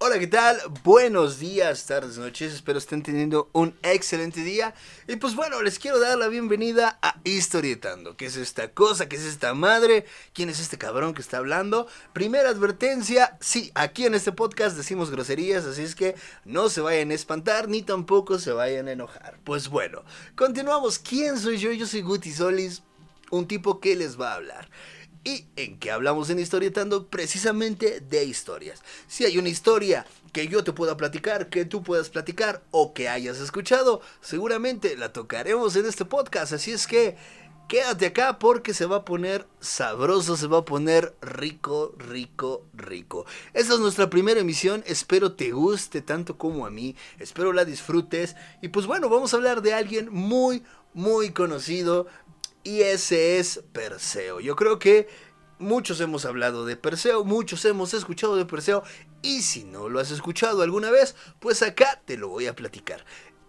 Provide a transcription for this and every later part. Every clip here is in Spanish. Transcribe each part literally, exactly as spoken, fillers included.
Hola, ¿qué tal? Buenos días, tardes, noches, espero estén teniendo un excelente día. Y pues bueno, les quiero dar la bienvenida a Historietando. ¿Qué es esta cosa? ¿Qué es esta madre? ¿Quién es este cabrón que está hablando? Primera advertencia, sí, aquí en este podcast decimos groserías, así es que no se vayan a espantar ni tampoco se vayan a enojar. Pues bueno, continuamos. ¿Quién soy yo? Yo soy Guti Solis, un tipo que les va a hablar. ¿Y en qué hablamos en Historietando? Precisamente de historias. Si hay una historia que yo te pueda platicar, que tú puedas platicar o que hayas escuchado, seguramente la tocaremos en este podcast. Así es que quédate acá porque se va a poner sabroso, se va a poner rico, rico, rico. Esta es nuestra primera emisión, espero te guste tanto como a mí, espero la disfrutes. Y pues bueno, vamos a hablar de alguien muy, muy conocido. Y ese es Perseo. Yo creo que muchos hemos hablado de Perseo, muchos hemos escuchado de Perseo. Y si no lo has escuchado alguna vez, pues acá te lo voy a platicar.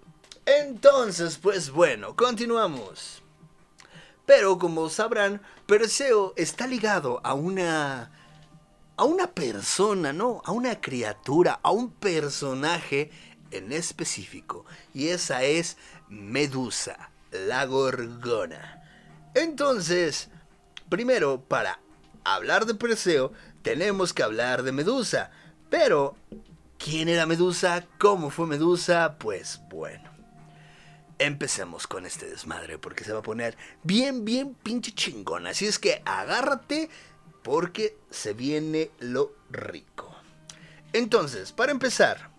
Entonces, pues bueno, continuamos. Pero como sabrán, Perseo está ligado a una... a una persona, ¿no? A una criatura, a un personaje en específico. Y esa es Medusa, la Gorgona. Entonces, primero, para hablar de Perseo, tenemos que hablar de Medusa. Pero, ¿quién era Medusa? ¿Cómo fue Medusa? Pues bueno, empecemos con este desmadre porque se va a poner bien, bien pinche chingón. Así es que agárrate porque se viene lo rico. Entonces, para empezar,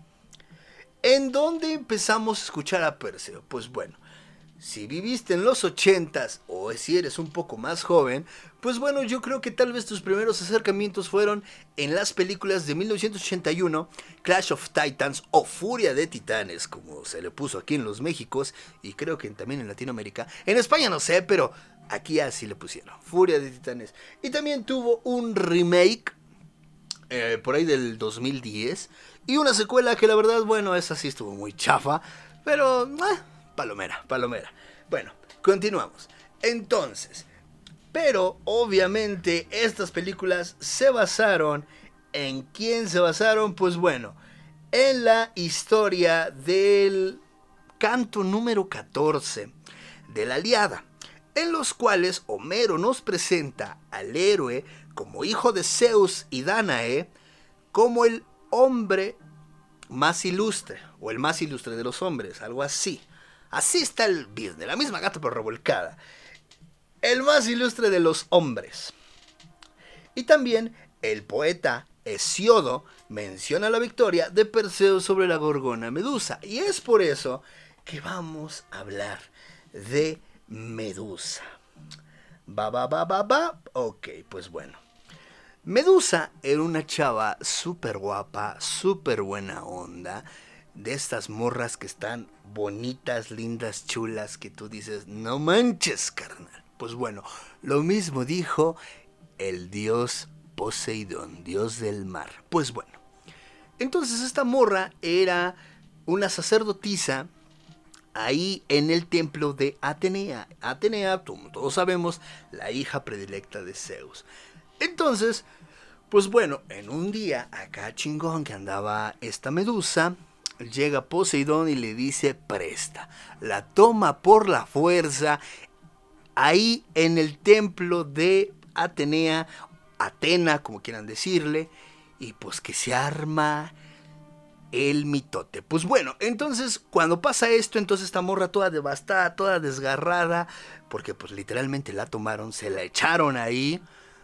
¿en dónde empezamos a escuchar a Perseo? Pues bueno, si viviste en los ochentas o si eres un poco más joven, pues bueno, yo creo que tal vez tus primeros acercamientos fueron en las películas de mil novecientos ochenta y uno, Clash of Titans o Furia de Titanes, como se le puso aquí en los Méxicos y creo que también en Latinoamérica. En España no sé, pero aquí así le pusieron, Furia de Titanes. Y también tuvo un remake eh, por ahí del dos mil diez y una secuela que la verdad, bueno, esa sí estuvo muy chafa, pero... Eh, Palomera, palomera. Bueno, continuamos. Entonces, pero obviamente estas películas se basaron... ¿En quién se basaron? Pues bueno, en la historia del canto número catorce de la Ilíada, en los cuales Homero nos presenta al héroe como hijo de Zeus y Dánae, como el hombre más ilustre, o el más ilustre de los hombres, algo así. Así está el business, la misma gata pero revolcada. El más ilustre de los hombres. Y también el poeta Hesíodo menciona la victoria de Perseo sobre la gorgona Medusa. Y es por eso que vamos a hablar de Medusa. Va, va, va, va, va. Ok, pues bueno. Medusa era una chava súper guapa, súper buena onda. De estas morras que están bonitas, lindas, chulas, que tú dices, no manches, carnal. Pues bueno, lo mismo dijo el dios Poseidón, dios del mar. Pues bueno, entonces esta morra era una sacerdotisa ahí en el templo de Atenea. Atenea, como todos sabemos, la hija predilecta de Zeus. Entonces, pues bueno, en un día acá chingón que andaba esta Medusa, llega Poseidón y le dice presta. La toma por la fuerza ahí en el templo de Atenea, Atena, como quieran decirle, y pues que se arma el mitote. Pues bueno, entonces cuando pasa esto, entonces esta morra toda devastada, toda desgarrada, porque pues literalmente la tomaron, se la echaron ahí.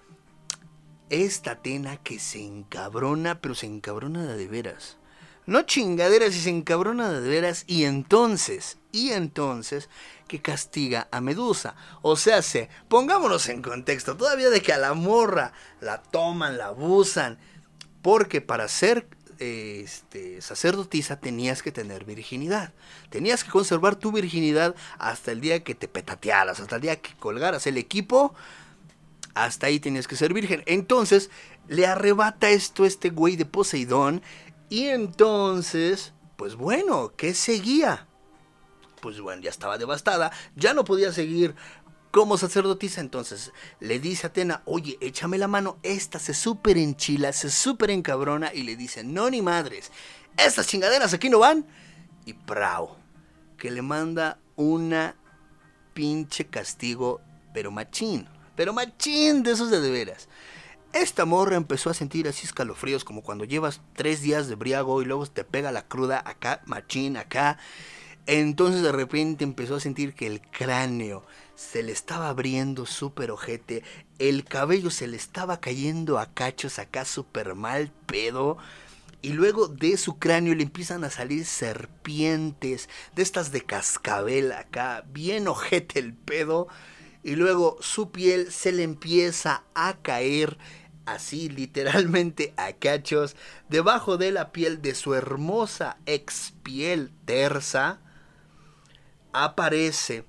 Esta Atena que se encabrona, pero se encabrona de, de veras. No chingaderas, y se encabrona de veras. Y entonces, y entonces, que castiga a Medusa. O sea, se, pongámonos en contexto, todavía de que a la morra la toman, la abusan. Porque para ser eh, este, sacerdotisa tenías que tener virginidad. Tenías que conservar tu virginidad hasta el día que te petatearas, hasta el día que colgaras el equipo. Hasta ahí tenías que ser virgen. Entonces, le arrebata esto este güey de Poseidón. Y entonces, pues bueno, ¿qué seguía? Pues bueno, ya estaba devastada, ya no podía seguir como sacerdotisa. Entonces le dice a Atena, oye, échame la mano. Esta se súper enchila, se súper encabrona y le dice, no ni madres, estas chingaderas aquí no van. Y prao, que le manda una pinche castigo, pero machín, pero machín de esos de de veras. Esta morra empezó a sentir así escalofríos como cuando llevas tres días de briago y luego te pega la cruda acá, machín acá. Entonces de repente empezó a sentir que el cráneo se le estaba abriendo súper ojete, el cabello se le estaba cayendo a cachos acá súper mal pedo. Y luego de su cráneo le empiezan a salir serpientes, de estas de cascabel acá, bien ojete el pedo. Y luego su piel se le empieza a caer así literalmente a cachos debajo de la piel de su hermosa ex piel tersa. Aparece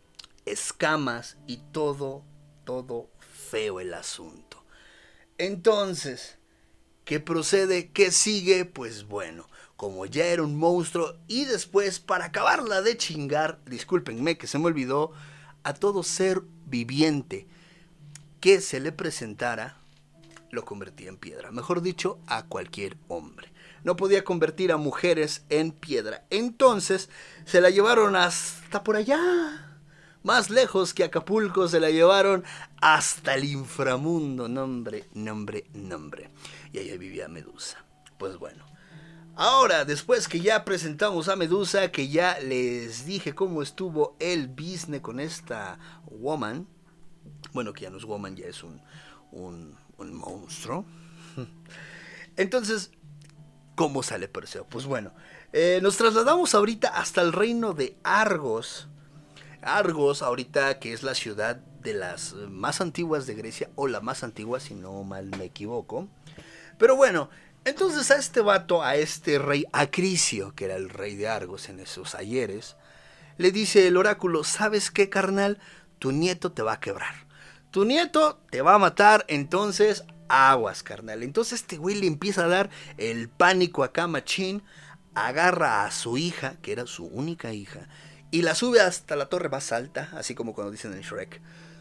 escamas y todo, todo feo el asunto. Entonces, ¿qué procede? ¿Qué sigue? Pues bueno, como ya era un monstruo y después para acabarla de chingar, discúlpenme que se me olvidó, a todo ser viviente que se le presentara, lo convertía en piedra. Mejor dicho, a cualquier hombre. No podía convertir a mujeres en piedra. Entonces se la llevaron hasta por allá, más lejos que Acapulco, se la llevaron hasta el inframundo. Nombre, nombre, nombre. Y allá vivía Medusa. Pues bueno, ahora después que ya presentamos a Medusa, que ya les dije cómo estuvo el business con esta woman, bueno, que ya no es woman, ya es un, un, un monstruo. Entonces, ¿cómo sale Perseo? Pues bueno, eh, nos trasladamos ahorita hasta el reino de Argos. Argos, ahorita que es la ciudad de las más antiguas de Grecia, o la más antigua si no mal me equivoco. Pero bueno, entonces a este vato, a este rey Acricio, que era el rey de Argos en esos ayeres, le dice el oráculo, ¿sabes qué, carnal? Tu nieto te va a quebrar. Tu nieto te va a matar, entonces aguas, carnal. Entonces este güey le empieza a dar el pánico acá, machín. Agarra a su hija, que era su única hija, y la sube hasta la torre más alta, así como cuando dicen en Shrek,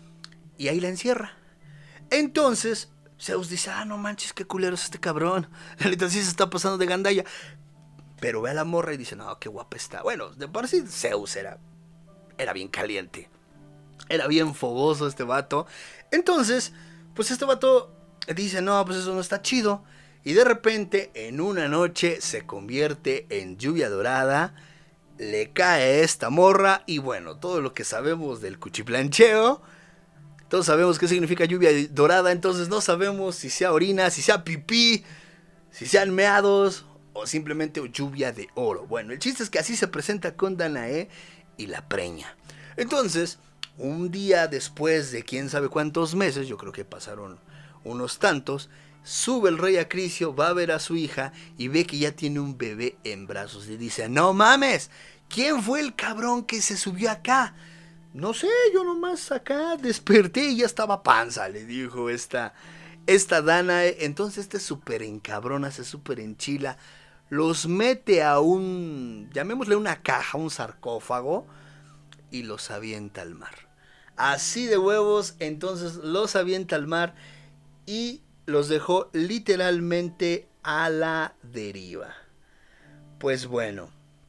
y ahí la encierra. Entonces Zeus dice, ah, no manches, qué culero es este cabrón, la neta sí se está pasando de gandalla. Pero ve a la morra y dice, no, qué guapa está. Bueno, de por sí Zeus era, era bien caliente, era bien fogoso este vato. Entonces, pues este vato dice, no, pues eso no está chido. Y de repente, en una noche, se convierte en lluvia dorada. Le cae a esta morra. Y bueno, todo lo que sabemos del cuchiplancheo, todos sabemos qué significa lluvia dorada. Entonces no sabemos si sea orina, si sea pipí, si sean meados o simplemente lluvia de oro. Bueno, el chiste es que así se presenta con Danae y la preña. Entonces, un día después de quién sabe cuántos meses, yo creo que pasaron unos tantos, sube el rey Acricio, va a ver a su hija y ve que ya tiene un bebé en brazos. Y dice, no mames, ¿quién fue el cabrón que se subió acá? No sé, yo nomás acá desperté y ya estaba panza, le dijo esta, esta Danae. Entonces este súper encabrona, se súper enchila, los mete a un, llamémosle una caja, un sarcófago, y los avienta al mar. Así de huevos, entonces los avienta al mar y los dejó literalmente a la deriva. Pues bueno,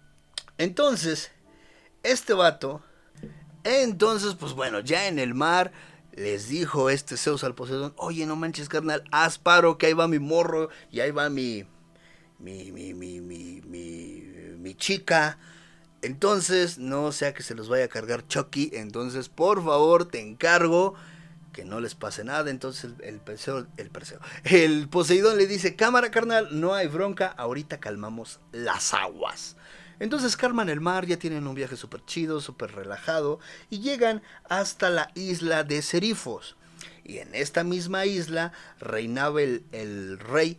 entonces este vato, entonces pues bueno, ya en el mar les dijo este Zeus al Poseidón, oye, no manches, carnal, haz paro que ahí va mi morro y ahí va mi mi mi mi mi mi, mi chica. Entonces no sea que se los vaya a cargar Chucky, entonces por favor te encargo que no les pase nada. Entonces el, el Perseo, el Perseo, el Poseidón le dice, cámara, carnal, no hay bronca, ahorita calmamos las aguas. Entonces calman el mar, ya tienen un viaje súper chido, súper relajado, y llegan hasta la isla de Serifos. Y en esta misma isla reinaba el, el rey,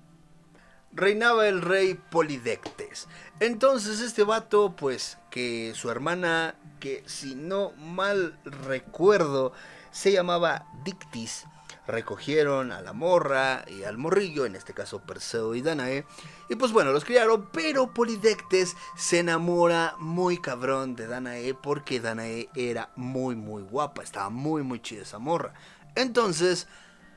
reinaba el rey Polidectes. Entonces este vato, pues, que su hermana, que si no mal recuerdo, se llamaba Dictis, recogieron a la morra y al morrillo, en este caso Perseo y Danae, y pues bueno, los criaron, pero Polidectes se enamora muy cabrón de Danae porque Danae era muy muy guapa, estaba muy muy chida esa morra. Entonces,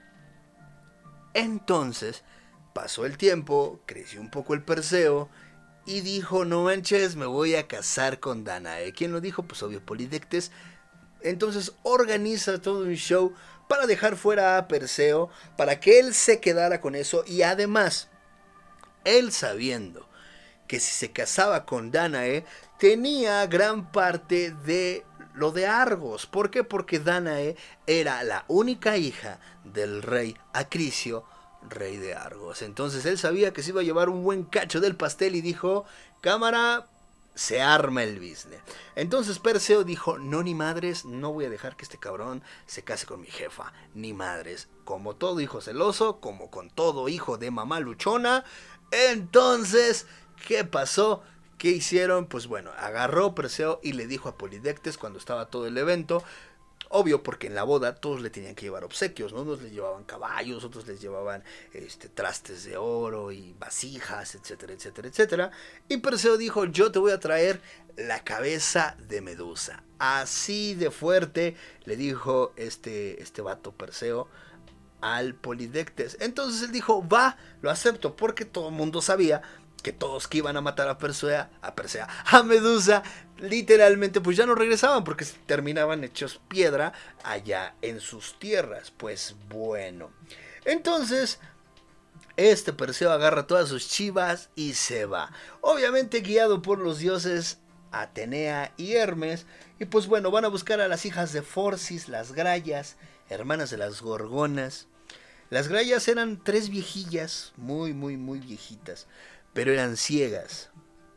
entonces, pasó el tiempo, creció un poco el Perseo y dijo, no manches, me voy a casar con Danae. ¿Quién lo dijo? Pues obvio, Polidectes. Entonces organiza todo un show para dejar fuera a Perseo, para que él se quedara con eso, y además, él sabiendo que si se casaba con Danae, tenía gran parte de lo de Argos. ¿Por qué? Porque Danae era la única hija del rey Acricio, rey de Argos. Entonces él sabía que se iba a llevar un buen cacho del pastel y dijo, cámara, se arma el business. Entonces Perseo dijo, no ni madres, no voy a dejar que este cabrón se case con mi jefa, ni madres. Como todo hijo celoso, como con todo hijo de mamá luchona. Entonces, ¿qué pasó? ¿Qué hicieron? Pues bueno, agarró Perseo y le dijo a Polidectes cuando estaba todo el evento, obvio, porque en la boda todos le tenían que llevar obsequios, ¿no? Unos les llevaban caballos, otros les llevaban este, trastes de oro y vasijas, etcétera, etcétera, etcétera. Y Perseo dijo, yo te voy a traer la cabeza de Medusa. Así de fuerte le dijo este, este vato Perseo al Polidectes. Entonces él dijo, va, lo acepto, porque todo el mundo sabía que todos que iban a matar a Persea, a Persea, a Medusa, literalmente pues ya no regresaban porque terminaban hechos piedra allá en sus tierras. Pues bueno, entonces este Perseo agarra todas sus chivas y se va, obviamente guiado por los dioses Atenea y Hermes, y pues bueno, van a buscar a las hijas de Forcis, las Grayas, hermanas de las Gorgonas. Las Grayas eran tres viejillas, muy muy muy viejitas, pero eran ciegas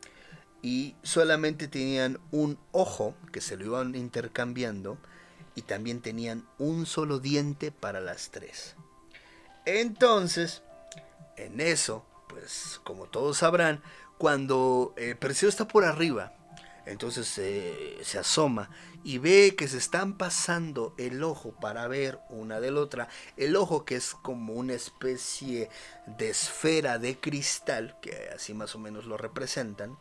y solamente tenían un ojo que se lo iban intercambiando, y también tenían un solo diente para las tres. Entonces, en eso, pues como todos sabrán, cuando eh, Perseo está por arriba, entonces eh, se asoma y ve que se están pasando el ojo para ver una de la otra. El ojo, que es como una especie de esfera de cristal, que así más o menos lo representan.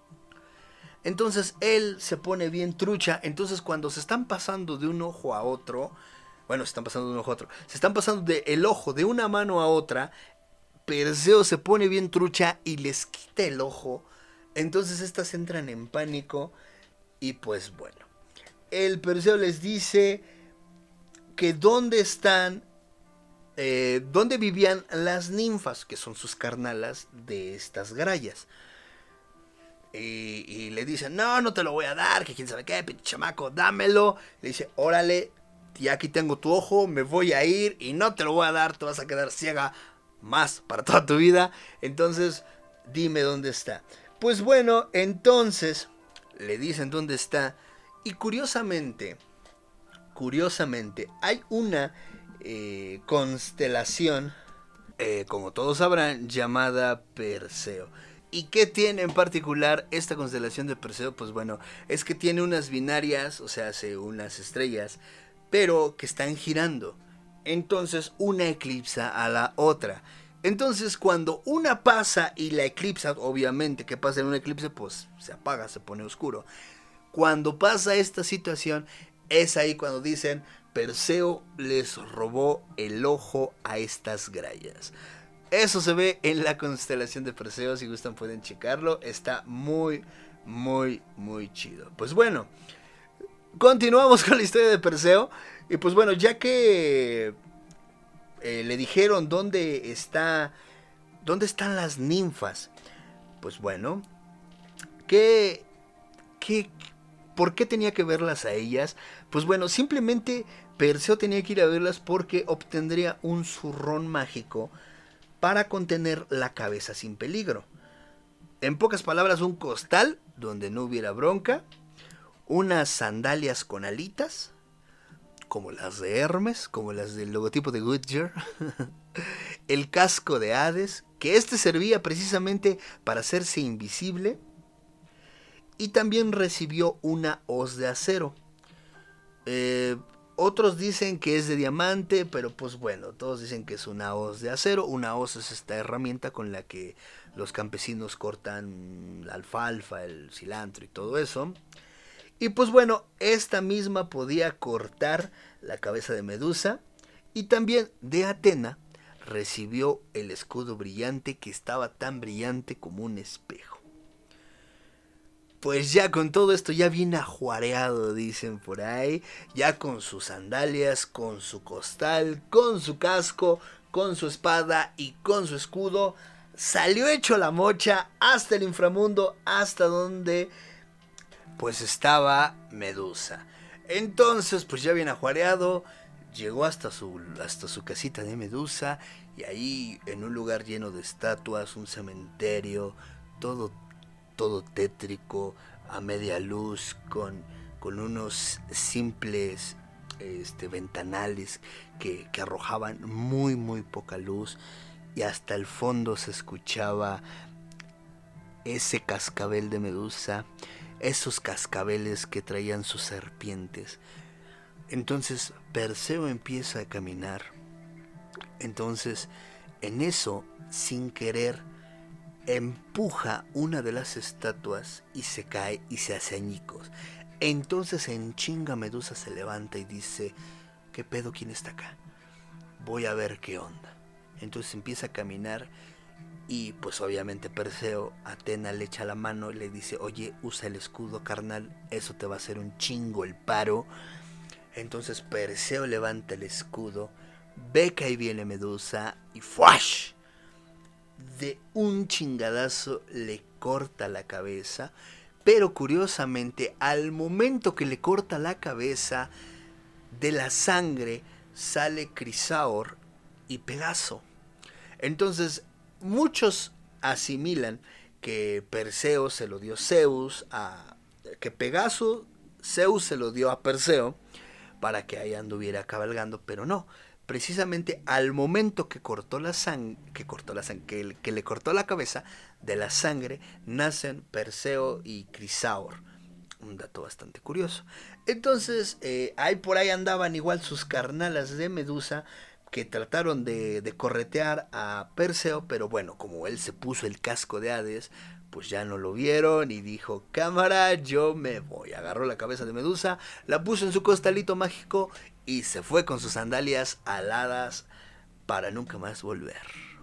Entonces él se pone bien trucha. Entonces cuando se están pasando de un ojo a otro, bueno, se están pasando de un ojo a otro, se están pasando de el ojo de una mano a otra, Perseo se pone bien trucha y les quita el ojo. Entonces estas entran en pánico y pues bueno, el Perseo les dice que dónde están, eh, dónde vivían las ninfas, que son sus carnalas de estas grayas. Y, y le dicen, no, no te lo voy a dar, que quién sabe qué, pinche chamaco, dámelo. Le dice, órale, ya aquí tengo tu ojo, me voy a ir y no te lo voy a dar, te vas a quedar ciega más para toda tu vida. Entonces, dime dónde está. Pues bueno, entonces le dicen dónde está. Y curiosamente, curiosamente, hay una eh, constelación, eh, como todos sabrán, llamada Perseo. ¿Y qué tiene en particular esta constelación de Perseo? Pues bueno, es que tiene unas binarias, o sea, hace unas estrellas, pero que están girando. Entonces una eclipsa a la otra. Entonces cuando una pasa y la eclipsa, obviamente que pasa en un eclipse, pues se apaga, se pone oscuro. Cuando pasa esta situación, es ahí cuando dicen, Perseo les robó el ojo a estas grayas. Eso se ve en la constelación de Perseo, si gustan pueden checarlo, está muy, muy, muy chido. Pues bueno, continuamos con la historia de Perseo, y pues bueno, ya que eh, le dijeron dónde está, dónde están las ninfas, pues bueno, ¿qué, qué, ¿por qué tenía que verlas a ellas? Pues bueno, simplemente Perseo tenía que ir a verlas porque obtendría un zurrón mágico para contener la cabeza sin peligro. En pocas palabras, un costal donde no hubiera bronca, unas sandalias con alitas, como las de Hermes, como las del logotipo de Goodyear, el casco de Hades, que este servía precisamente para hacerse invisible, y también recibió una hoz de acero. Eh, Otros dicen que es de diamante, pero pues bueno, todos dicen que es una hoz de acero. Una hoz es esta herramienta con la que los campesinos cortan la alfalfa, el cilantro y todo eso. Y pues bueno, esta misma podía cortar la cabeza de Medusa. Y también de Atena recibió el escudo brillante, que estaba tan brillante como un espejo. Pues ya con todo esto ya bien ajuareado, dicen por ahí, ya con sus sandalias, con su costal, con su casco, con su espada y con su escudo, salió hecho la mocha hasta el inframundo, hasta donde pues estaba Medusa. Entonces pues ya bien ajuareado, llegó hasta su, hasta su casita de Medusa, y ahí en un lugar lleno de estatuas, un cementerio, todo todo tétrico, a media luz, con, con unos simples este, ventanales que, que arrojaban muy muy poca luz, y hasta el fondo se escuchaba ese cascabel de Medusa, esos cascabeles que traían sus serpientes. Entonces Perseo empieza a caminar. Entonces en eso, sin querer, empuja una de las estatuas y se cae y se hace añicos. Entonces en chinga Medusa se levanta y dice: ¿qué pedo? ¿Quién está acá? Voy a ver qué onda. Entonces empieza a caminar, y pues obviamente Perseo, Atena le echa la mano y le dice: oye, usa el escudo, carnal, eso te va a hacer un chingo el paro. Entonces Perseo levanta el escudo, ve que ahí viene Medusa y ¡fuash! De un chingadazo le corta la cabeza. Pero curiosamente, al momento que le corta la cabeza, de la sangre sale Crisaor y Pegaso. Entonces muchos asimilan que Perseo se lo dio Zeus a, que Pegaso Zeus se lo dio a Perseo para que ahí anduviera cabalgando, pero no. Precisamente al momento que cortó la sangre, que cortó la sangre, que, que le cortó la cabeza, de la sangre nacen Perseo y Crisaor. Un dato bastante curioso. Entonces, eh, ahí por ahí andaban igual sus carnalas de Medusa, que trataron de, de corretear a Perseo, pero bueno, como él se puso el casco de Hades, pues ya no lo vieron y dijo: cámara, yo me voy. Agarró la cabeza de Medusa, la puso en su costalito mágico y se fue con sus sandalias aladas para nunca más volver.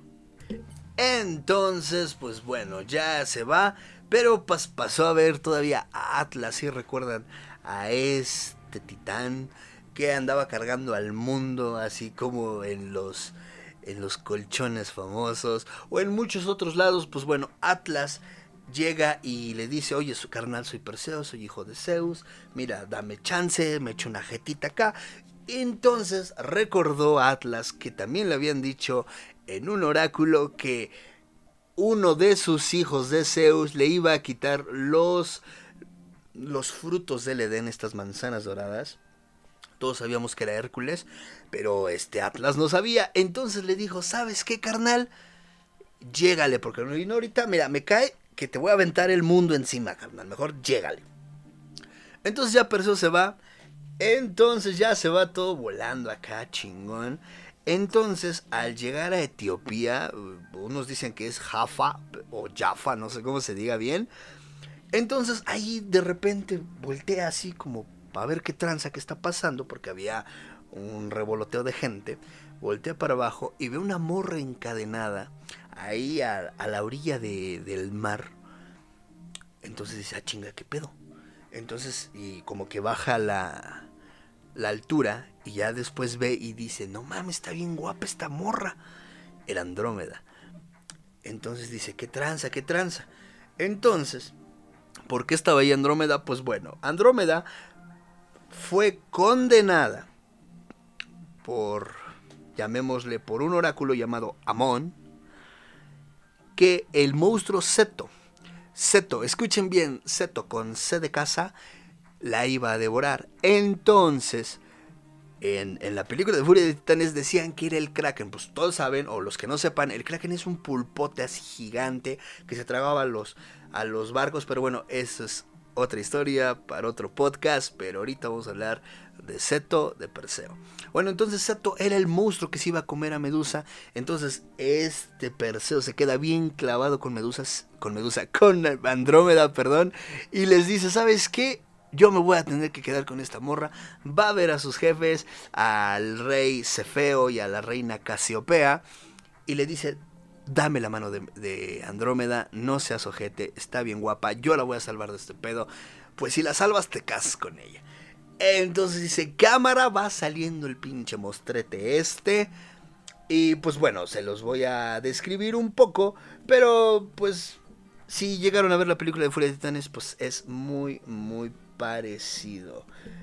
Entonces, pues bueno, ya se va, pero pas- pasó a ver todavía a Atlas, si recuerdan, a este titán que andaba cargando al mundo, así como en los, en los colchones famosos, o en muchos otros lados. Pues bueno, Atlas llega y le dice: oye, su carnal, soy Perseo, soy hijo de Zeus, mira, dame chance, me echo una jetita acá. Entonces recordó a Atlas que también le habían dicho en un oráculo que uno de sus hijos de Zeus le iba a quitar los, los frutos del Edén, estas manzanas doradas. Todos sabíamos que era Hércules, pero este Atlas no sabía. Entonces le dijo: ¿sabes qué, carnal? Llégale, porque no vino ahorita, mira, me cae que te voy a aventar el mundo encima, carnal, mejor llégale. Entonces ya Perseo se va. Entonces ya se va todo volando acá, chingón. Entonces, al llegar a Etiopía, unos dicen que es Jaffa o Jaffa, no sé cómo se diga bien. Entonces ahí de repente voltea así como para ver qué tranza, qué está pasando, porque había un revoloteo de gente. Voltea para abajo y ve una morra encadenada ahí a, a la orilla de, del mar. Entonces dice: ah, chinga, qué pedo. Entonces, y como que baja la, la altura, y ya después ve y dice: no mames, está bien guapa esta morra. Era Andrómeda. Entonces dice: qué tranza, qué tranza. Entonces, ¿por qué estaba ahí Andrómeda? Pues bueno, Andrómeda fue condenada por, llamémosle, por un oráculo llamado Amón, que el monstruo Seto, Seto, escuchen bien, Seto con C de casa, la iba a devorar. Entonces, en, en la película de Furia de Titanes decían que era el Kraken. Pues todos saben, o los que no sepan, el Kraken es un pulpote así gigante que se tragaba a los, a los barcos, pero bueno, eso es otra historia para otro podcast, pero ahorita vamos a hablar de Ceto, de Perseo. Bueno, entonces Ceto era el monstruo que se iba a comer a Medusa. Entonces este Perseo se queda bien clavado con Medusa, con Medusa, con Andrómeda, perdón, y les dice, ¿sabes qué? Yo me voy a tener que quedar con esta morra. Va a ver a sus jefes, al rey Cefeo y a la reina Casiopea, y le dice, dame la mano de, de Andrómeda, no seas ojete, está bien guapa, yo la voy a salvar de este pedo. Pues si la salvas te casas con ella. Entonces dice, cámara, va saliendo el pinche mostrete este. Y pues bueno, se los voy a describir un poco, pero pues si llegaron a ver la película de Furia de Titanes, pues es muy, muy parecido.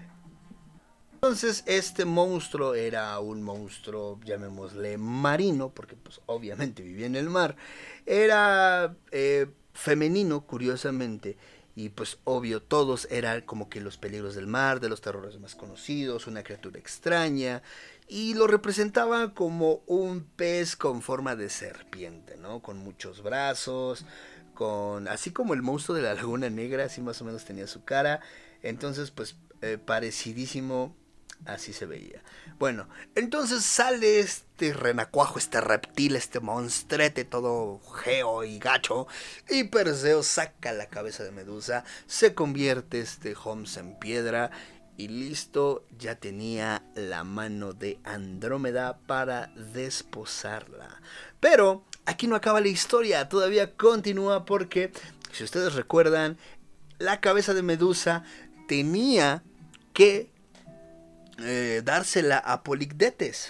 Entonces este monstruo era un monstruo, llamémosle marino, porque pues obviamente vivía en el mar. Era eh, femenino, curiosamente, y pues obvio todos eran como que los peligros del mar, de los terrores más conocidos, una criatura extraña, y lo representaba como un pez con forma de serpiente, ¿no? Con muchos brazos, con así como el monstruo de la Laguna Negra, así más o menos tenía su cara. Entonces pues eh, parecidísimo, así se veía. Bueno, entonces sale este renacuajo, este reptil, este monstrete todo geo y gacho, y Perseo saca la cabeza de Medusa, se convierte este Holmes en piedra, y listo, ya tenía la mano de Andrómeda para desposarla. Pero aquí no acaba la historia, todavía continúa, porque si ustedes recuerdan, la cabeza de Medusa tenía que eh, dársela a Polidectes.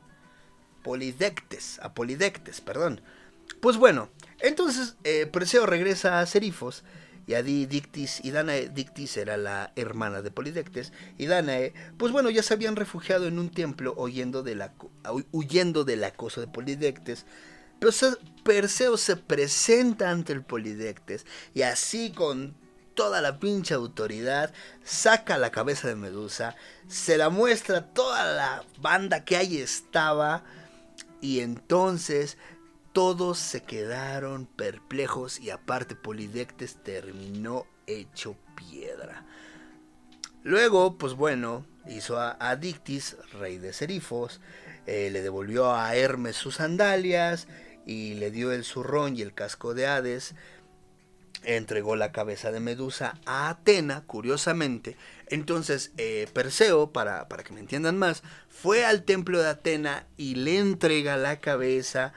Polidectes, a Polidectes, perdón. Pues bueno, entonces eh, Perseo regresa a Serifos, y a Dictis y Danae. Dictis era la hermana de Polidectes, y Danae, pues bueno, ya se habían refugiado en un templo huyendo, de la, huyendo del acoso de Polidectes. Pero Perseo se presenta ante el Polidectes, y así con toda la pinche autoridad saca la cabeza de Medusa, se la muestra a toda la banda que ahí estaba, y entonces todos se quedaron perplejos, y aparte Polidectes terminó hecho piedra. Luego, pues bueno, hizo a, a Dictis, rey de Serifos, eh, le devolvió a Hermes sus sandalias, y le dio el zurrón y el casco de Hades. Entregó la cabeza de Medusa a Atena, curiosamente. Entonces eh, Perseo, para, para que me entiendan más, fue al templo de Atena y le entrega la cabeza.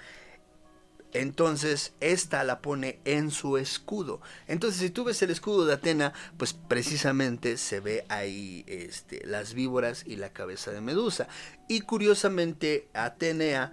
Entonces esta la pone en su escudo. Entonces si tú ves el escudo de Atena, pues precisamente se ve ahí este, las víboras y la cabeza de Medusa. Y curiosamente Atenea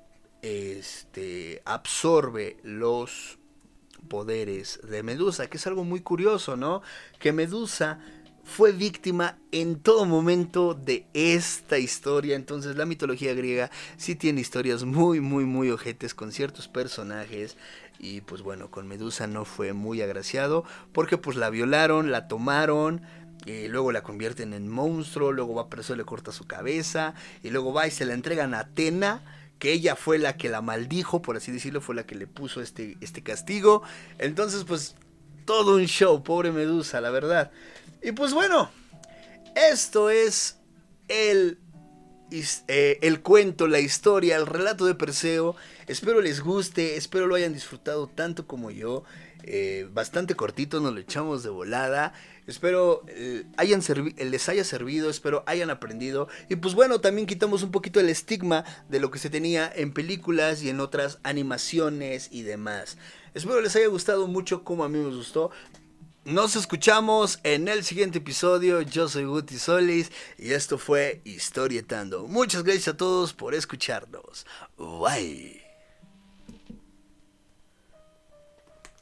este, absorbe los poderes de Medusa, que es algo muy curioso, ¿no? Que Medusa fue víctima en todo momento de esta historia. Entonces la mitología griega sí tiene historias muy muy muy ojetes con ciertos personajes, y pues bueno, con Medusa no fue muy agraciado, porque pues la violaron, la tomaron, y luego la convierten en monstruo, luego va Perseo, le corta su cabeza, y luego va y se la entregan a Atena, que ella fue la que la maldijo, por así decirlo, fue la que le puso este, este castigo. Entonces pues todo un show, pobre Medusa, la verdad. Y pues bueno, esto es el, eh, el cuento, la historia, el relato de Perseo. Espero les guste, espero lo hayan disfrutado tanto como yo. Eh, bastante cortito, nos lo echamos de volada. Espero eh, hayan servi- les haya servido, espero hayan aprendido. Y pues bueno, también quitamos un poquito el estigma de lo que se tenía en películas y en otras animaciones y demás. Espero les haya gustado mucho como a mí me gustó. Nos escuchamos en el siguiente episodio. Yo soy Guti Solis y esto fue Historietando. Muchas gracias a todos por escucharnos. Bye.